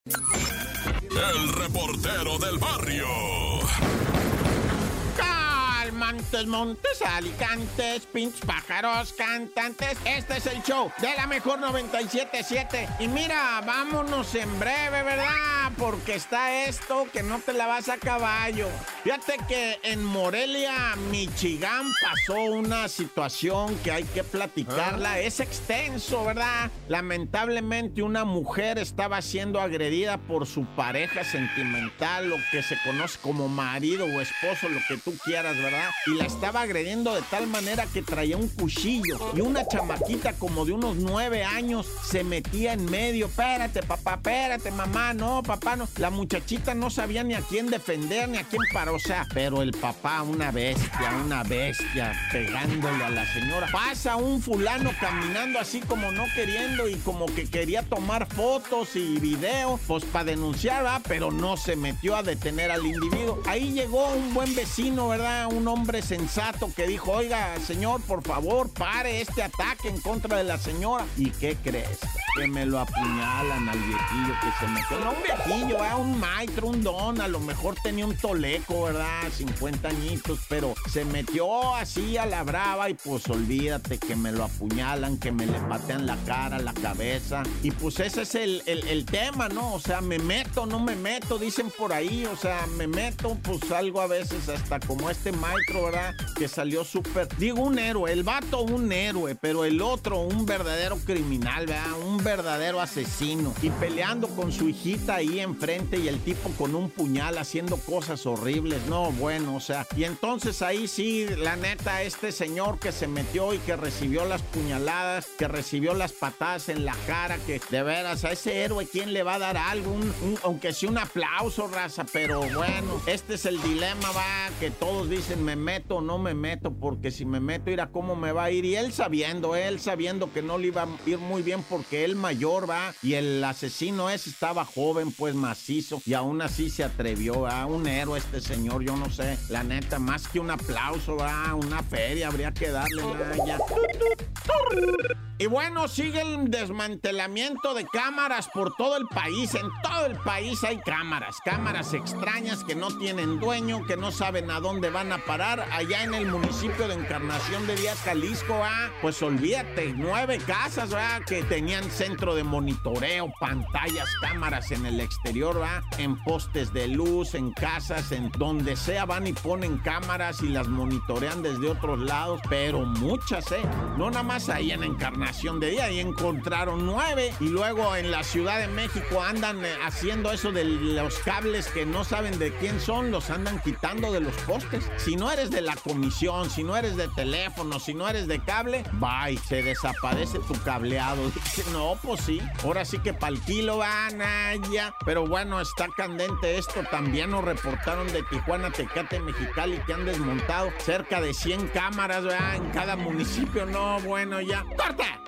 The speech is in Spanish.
El reportero del barrio. Montes, montes, alicantes, pinches pájaros, cantantes. Este es el show de la mejor 97.7. Y mira, vámonos en breve, ¿verdad? Porque está esto que no te la vas a caballo. Fíjate que en Morelia, Michigan, pasó una situación que hay que platicarla. Es extenso, ¿verdad? Lamentablemente, una mujer estaba siendo agredida por su pareja sentimental, lo que se conoce como marido o esposo, lo que tú quieras, ¿verdad? Y la estaba agrediendo de tal manera que traía un cuchillo. Y una chamaquita como de unos 9 años se metía en medio. Espérate, papá, espérate, mamá, no, papá, no. La muchachita no sabía ni a quién defender, ni a quién parar. O sea, pero el papá, una bestia, pegándole a la señora. Pasa un fulano caminando así como no queriendo y como que quería tomar fotos y videos, pues para denunciar, ¿verdad? Pero no se metió a detener al individuo. Ahí llegó un buen vecino, ¿verdad? Un hombre sensato que dijo, oiga, señor, por favor, pare este ataque en contra de la señora. ¿Y qué crees? Que me lo apuñalan al viejillo que se metió. No un viejillo, un maestro, un don, a lo mejor tenía un toleco, ¿verdad? 50 añitos, pero se metió así a la brava y pues olvídate que me lo apuñalan, que me le patean la cara, la cabeza. Y pues ese es el tema, ¿no? O sea, me meto, no me meto, dicen por ahí, o sea, me meto, pues algo a veces hasta como este maestro, ¿verdad? Que salió súper, digo, un héroe, el vato un héroe, pero el otro un verdadero criminal, ¿verdad? Un verdadero asesino. Y peleando con su hijita ahí enfrente y el tipo con un puñal haciendo cosas horribles. No, bueno, o sea, y entonces ahí sí, la neta, este señor que se metió y que recibió las puñaladas, que recibió las patadas en la cara, que de veras a ese héroe, ¿quién le va a dar algo? Aunque sea un aplauso, raza, pero bueno, este es el dilema, va, que todos dicen, me meto o no me meto, porque si me meto, mira cómo me va a ir. Y él sabiendo que no le iba a ir muy bien porque él mayor, va, y el asesino ese estaba joven, pues macizo, y aún así se atrevió, va, un héroe este señor, yo no sé, la neta, más que un aplauso, va, una feria habría que darle, ya. Y bueno, sigue el desmantelamiento de cámaras por todo el país. En todo el país hay cámaras extrañas que no tienen dueño, que no saben a dónde van a parar. Allá en el municipio de Encarnación de Díaz, Jalisco, pues olvídate, 9 casas, ¿verdad? Que tenían centro de monitoreo, pantallas, cámaras en el exterior, ¿verdad? En postes de luz, en casas, en donde sea van y ponen cámaras y las monitorean desde otros lados, pero muchas, no nada más ahí en Encarnación de Día, y encontraron 9, y luego en la Ciudad de México andan haciendo eso de los cables que no saben de quién son, los andan quitando de los postes. Si no eres de la comisión, si no eres de teléfono, si no eres de cable, bye, se desaparece tu cableado. Dice, no, pues sí, ahora sí que pa'l kilo van allá. Pero bueno, está candente esto. También nos reportaron de Tijuana, Tecate, Mexicali, que han desmontado cerca de 100 cámaras, ¿verdad? En cada municipio. No, bueno, ya. ¡Corta!